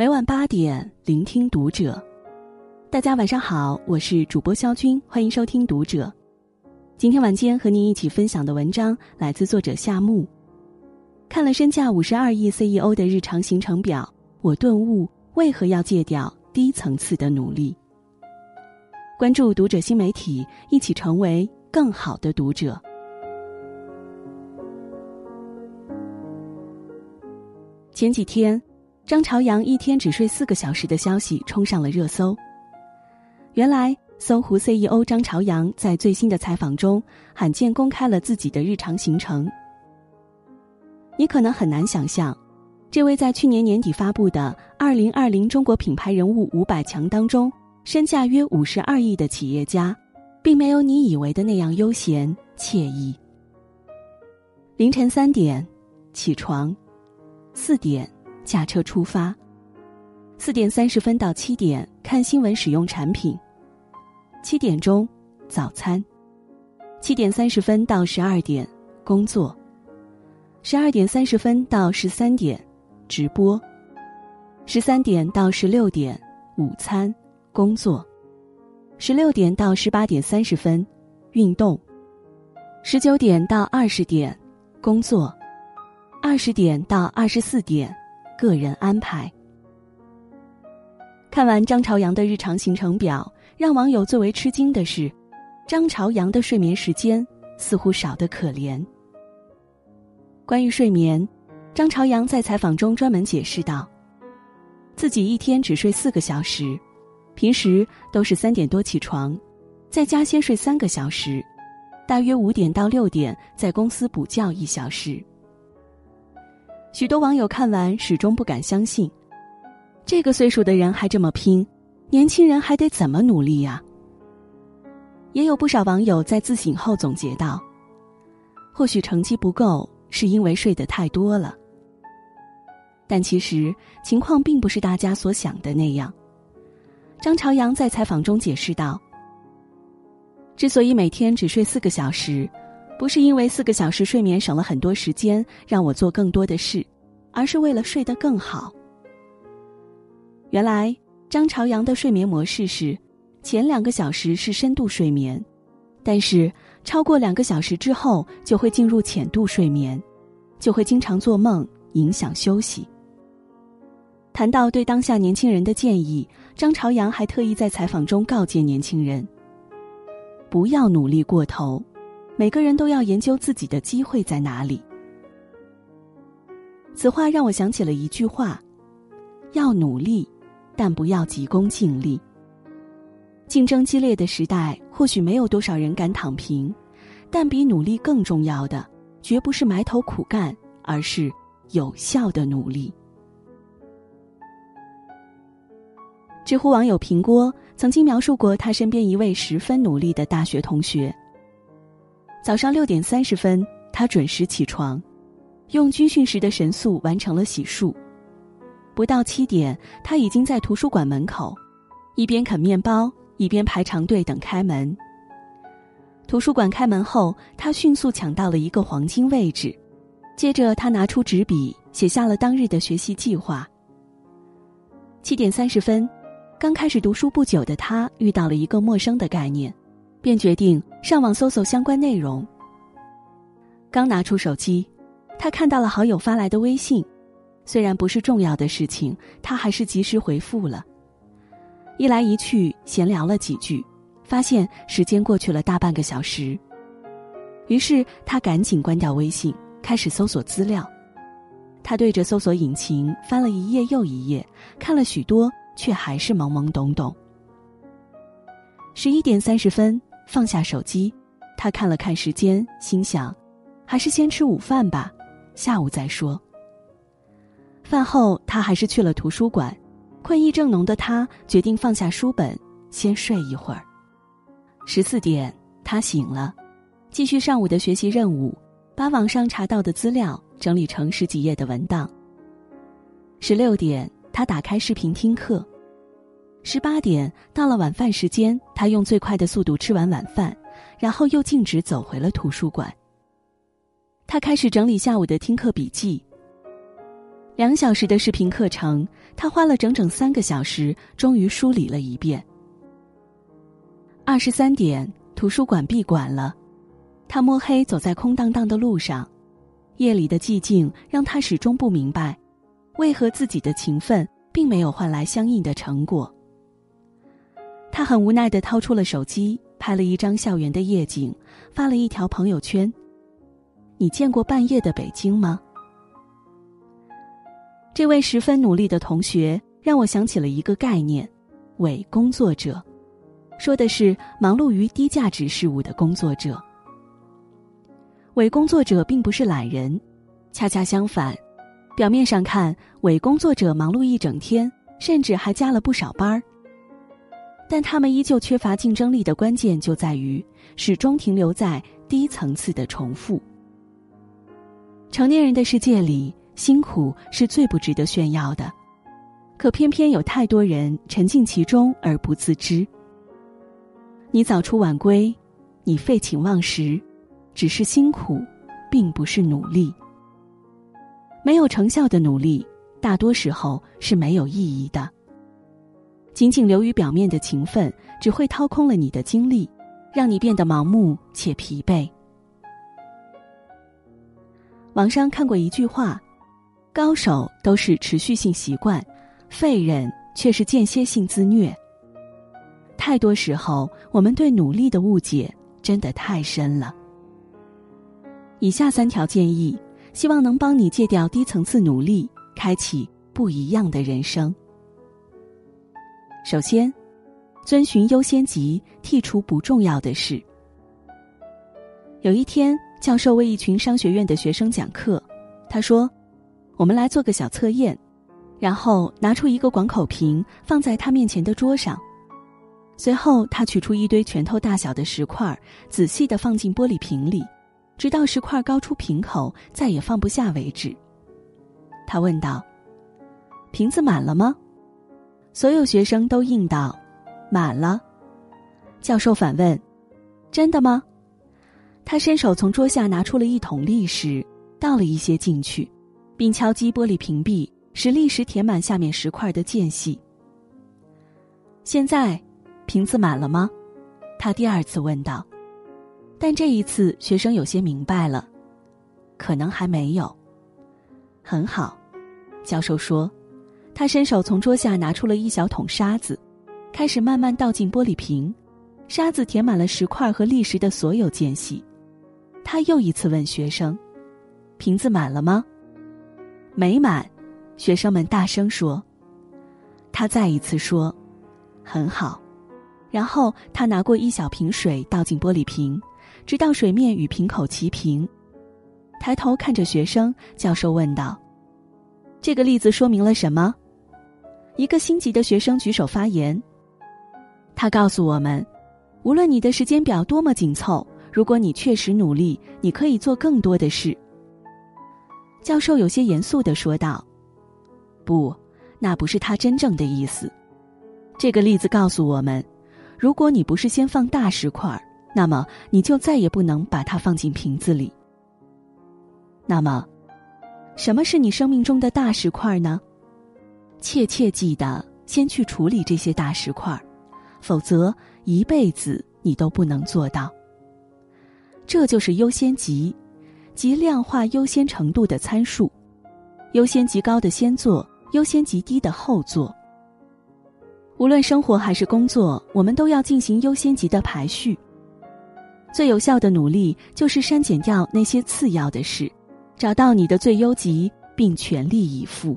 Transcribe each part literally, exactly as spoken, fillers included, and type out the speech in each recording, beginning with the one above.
每晚八点，聆听读者。大家晚上好，我是主播肖军，欢迎收听读者。今天晚间和您一起分享的文章来自作者夏木。看了身价五十二亿 C E O 的日常行程表，我顿悟为何要戒掉低层次的努力。关注读者新媒体，一起成为更好的读者。前几天，张朝阳一天只睡四个小时的消息冲上了热搜。原来，搜狐 C E O 张朝阳在最新的采访中罕见公开了自己的日常行程。你可能很难想象，这位在去年年底发布的二零二零中国品牌人物五百强当中，身价约五十二亿的企业家，并没有你以为的那样悠闲惬意。凌晨三点起床，四点驾车出发，四点三十分到七点看新闻使用产品，七点钟早餐，七点三十分到十二点工作，十二点三十分到十三点直播，十三点到十六点午餐工作，十六点到十八点三十分运动，十九点到二十点工作，二十点到二十四点个人安排。看完张朝阳的日常行程表，让网友最为吃惊的是，张朝阳的睡眠时间似乎少得可怜。关于睡眠，张朝阳在采访中专门解释道，自己一天只睡四个小时，平时都是三点多起床，在家先睡三个小时，大约五点到六点在公司补觉一小时。许多网友看完始终不敢相信，这个岁数的人还这么拼，年轻人还得怎么努力呀？也有不少网友在自省后总结道，或许成绩不够是因为睡得太多了。但其实情况并不是大家所想的那样。张朝阳在采访中解释道，之所以每天只睡四个小时，不是因为四个小时睡眠省了很多时间让我做更多的事，而是为了睡得更好。原来张朝阳的睡眠模式是，前两个小时是深度睡眠，但是超过两个小时之后就会进入浅度睡眠，就会经常做梦，影响休息。谈到对当下年轻人的建议，张朝阳还特意在采访中告诫年轻人，不要努力过头，每个人都要研究自己的机会在哪里。此话让我想起了一句话，要努力，但不要急功近利。竞争激烈的时代，或许没有多少人敢躺平，但比努力更重要的，绝不是埋头苦干，而是有效的努力。知乎网友平锅曾经描述过他身边一位十分努力的大学同学。早上六点三十分，他准时起床，用军训时的神速完成了洗漱。不到七点，他已经在图书馆门口，一边啃面包，一边排长队等开门。图书馆开门后，他迅速抢到了一个黄金位置，接着他拿出纸笔，写下了当日的学习计划。七点三十分，刚开始读书不久的他遇到了一个陌生的概念，便决定上网搜索相关内容。刚拿出手机，他看到了好友发来的微信，虽然不是重要的事情，他还是及时回复了。一来一去闲聊了几句，发现时间过去了大半个小时。于是他赶紧关掉微信，开始搜索资料。他对着搜索引擎翻了一页又一页，看了许多，却还是懵懵懂懂。十一点三十分，放下手机，他看了看时间，心想，还是先吃午饭吧，下午再说。饭后，他还是去了图书馆，困意正浓的他决定放下书本，先睡一会儿。十四点，他醒了，继续上午的学习任务，把网上查到的资料整理成十几页的文档。十六点，他打开视频听课。十八点，到了晚饭时间，他用最快的速度吃完晚饭，然后又径直走回了图书馆。他开始整理下午的听课笔记。 两小时的视频课程，他花了整整三个小时，终于梳理了一遍。二十三点，图书馆闭馆了，他摸黑走在空荡荡的路上，夜里的寂静让他始终不明白，为何自己的勤奋并没有换来相应的成果。他很无奈地掏出了手机，拍了一张校园的夜景，发了一条朋友圈：你见过半夜的北京吗？这位十分努力的同学让我想起了一个概念，伪工作者，说的是忙碌于低价值事务的工作者。伪工作者并不是懒人，恰恰相反，表面上看，伪工作者忙碌一整天，甚至还加了不少班儿。但他们依旧缺乏竞争力的关键就在于始终停留在低层次的重复。成年人的世界里，辛苦是最不值得炫耀的，可偏偏有太多人沉浸其中而不自知。你早出晚归，你废寝忘食，只是辛苦，并不是努力。没有成效的努力，大多时候是没有意义的。仅仅流于表面的勤奋，只会掏空了你的精力，让你变得盲目且疲惫。网上看过一句话，高手都是持续性习惯，废人却是间歇性自虐。太多时候，我们对努力的误解真的太深了。以下三条建议，希望能帮你戒掉低层次努力，开启不一样的人生。首先，遵循优先级，剔除不重要的事。有一天，教授为一群商学院的学生讲课，他说：我们来做个小测验，然后拿出一个广口瓶放在他面前的桌上。随后他取出一堆拳头大小的石块，仔细地放进玻璃瓶里，直到石块高出瓶口再也放不下为止。他问道：瓶子满了吗？所有学生都应道：满了。教授反问：真的吗？他伸手从桌下拿出了一桶砾石，倒了一些进去，并敲击玻璃瓶壁，使砾石填满下面石块的间隙。现在瓶子满了吗？他第二次问道。但这一次学生有些明白了，可能还没有。很好，教授说。他伸手从桌下拿出了一小桶沙子，开始慢慢倒进玻璃瓶，沙子填满了石块和砾石的所有间隙。他又一次问学生：瓶子满了吗？没满，学生们大声说。他再一次说：很好。然后他拿过一小瓶水倒进玻璃瓶，直到水面与瓶口齐平。抬头看着学生，教授问道：这个例子说明了什么？一个星级的学生举手发言，他告诉我们，无论你的时间表多么紧凑，如果你确实努力，你可以做更多的事。教授有些严肃地说道：不，那不是他真正的意思。这个例子告诉我们，如果你不是先放大石块，那么你就再也不能把它放进瓶子里。那么，什么是你生命中的大石块呢？切切记得先去处理这些大石块，否则一辈子你都不能做到。这就是优先级，即量化优先程度的参数。优先级高的先做，优先级低的后做。无论生活还是工作，我们都要进行优先级的排序。最有效的努力就是删减掉那些次要的事，找到你的最优级，并全力以赴。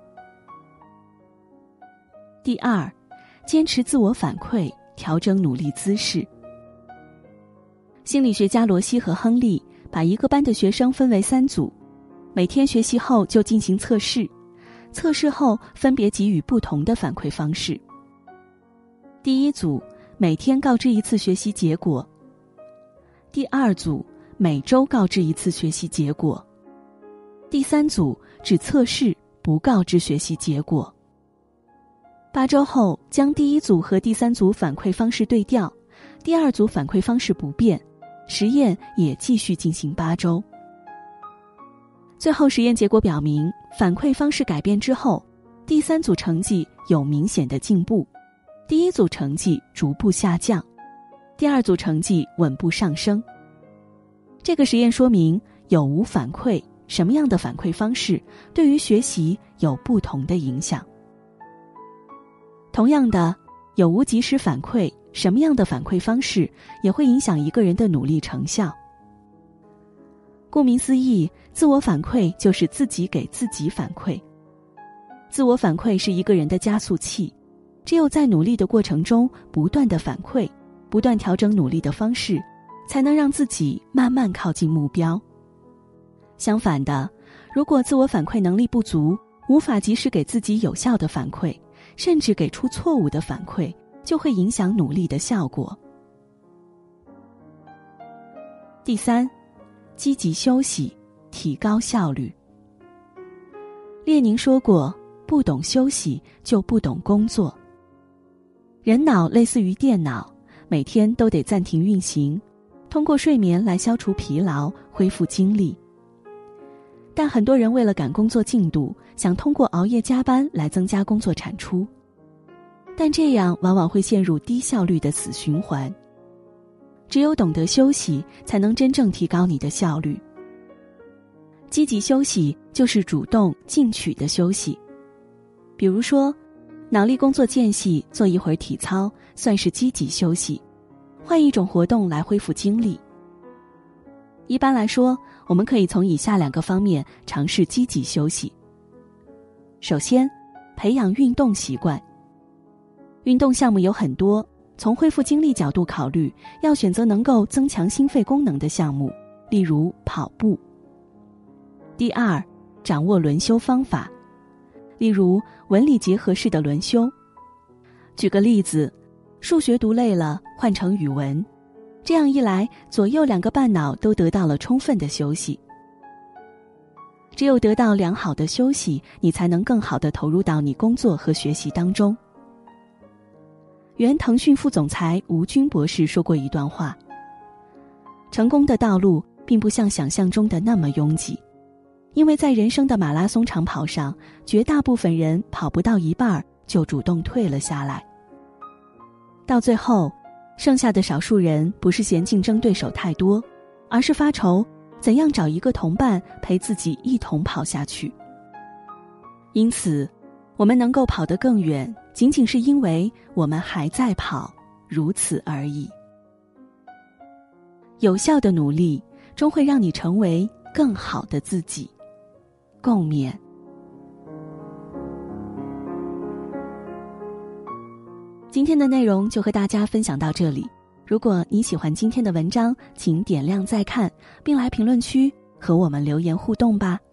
第二，坚持自我反馈，调整努力姿势。心理学家罗西和亨利把一个班的学生分为三组，每天学习后就进行测试，测试后分别给予不同的反馈方式。第一组每天告知一次学习结果，第二组每周告知一次学习结果，第三组只测试不告知学习结果。八周后，将第一组和第三组反馈方式对调，第二组反馈方式不变，实验也继续进行八周。 最后实验结果表明，反馈方式改变之后，第三组成绩有明显的进步，第一组成绩逐步下降，第二组成绩稳步上升。这个实验说明，有无反馈，什么样的反馈方式对于学习有不同的影响。同样的，有无及时反馈，什么样的反馈方式也会影响一个人的努力成效。顾名思义，自我反馈就是自己给自己反馈。自我反馈是一个人的加速器，只有在努力的过程中不断的反馈，不断调整努力的方式，才能让自己慢慢靠近目标。相反的，如果自我反馈能力不足，无法及时给自己有效的反馈，甚至给出错误的反馈，就会影响努力的效果。第三，积极休息，提高效率。列宁说过，不懂休息就不懂工作。人脑类似于电脑，每天都得暂停运行，通过睡眠来消除疲劳，恢复精力。但很多人为了赶工作进度，想通过熬夜加班来增加工作产出，但这样往往会陷入低效率的死循环。只有懂得休息，才能真正提高你的效率。积极休息就是主动进取的休息。比如说，脑力工作间隙做一会儿体操，算是积极休息，换一种活动来恢复精力。一般来说，我们可以从以下两个方面尝试积极休息。首先，培养运动习惯。运动项目有很多，从恢复精力角度考虑，要选择能够增强心肺功能的项目，例如跑步。第二，掌握轮休方法，例如文理结合式的轮休。举个例子，数学读累了，换成语文，这样一来，左右两个半脑都得到了充分的休息。只有得到良好的休息，你才能更好地投入到你工作和学习当中。原腾讯副总裁吴军博士说过一段话：成功的道路并不像想象中的那么拥挤，因为在人生的马拉松长跑上，绝大部分人跑不到一半就主动退了下来。到最后，剩下的少数人不是嫌竞争对手太多，而是发愁怎样找一个同伴陪自己一同跑下去。因此，我们能够跑得更远，仅仅是因为我们还在跑，如此而已。有效的努力终会让你成为更好的自己。共勉。今天的内容就和大家分享到这里。如果你喜欢今天的文章，请点亮再看，并来评论区和我们留言互动吧。